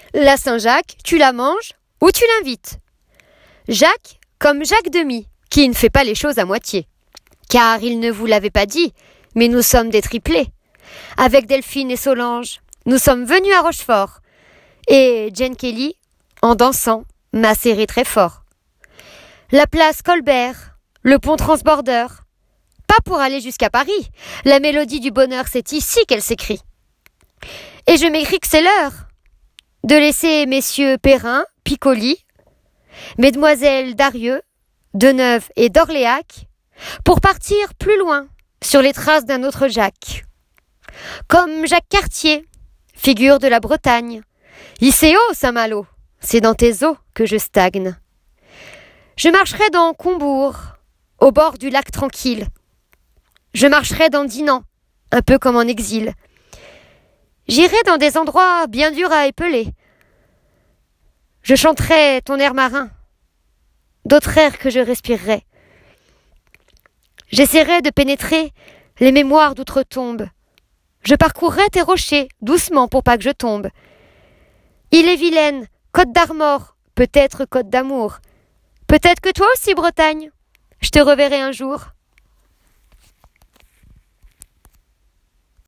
La Saint-Jacques, tu la manges ou tu l'invites. Jacques, comme Jacques Demy, qui ne fait pas les choses à moitié. Car il ne vous l'avait pas dit, mais nous sommes des triplés. Avec Delphine et Solange, nous sommes venus à Rochefort. Et Jane Kelly, en dansant, m'a serré très fort. La place Colbert, le pont Transborder. Pas pour aller jusqu'à Paris. La mélodie du bonheur, c'est ici qu'elle s'écrit. Et je m'écris que c'est l'heure de laisser messieurs Perrin, Piccoli, mesdemoiselles Darieux, Deneuve et d'Orléac pour partir plus loin sur les traces d'un autre Jacques. Comme Jacques Cartier, figure de la Bretagne. Icéo, Saint-Malo, c'est dans tes eaux que je stagne. Je marcherai dans Combourg, au bord du lac tranquille. Je marcherai dans Dinan, un peu comme en exil. J'irai dans des endroits bien durs à épeler. Je chanterai ton air marin, d'autres airs que je respirerai. J'essaierai de pénétrer les mémoires d'outre-tombe. Je parcourrai tes rochers doucement pour pas que je tombe. Ille-et-Vilaine, Côte d'Armor, peut-être Côte d'Amour. Peut-être que toi aussi, Bretagne, je te reverrai un jour.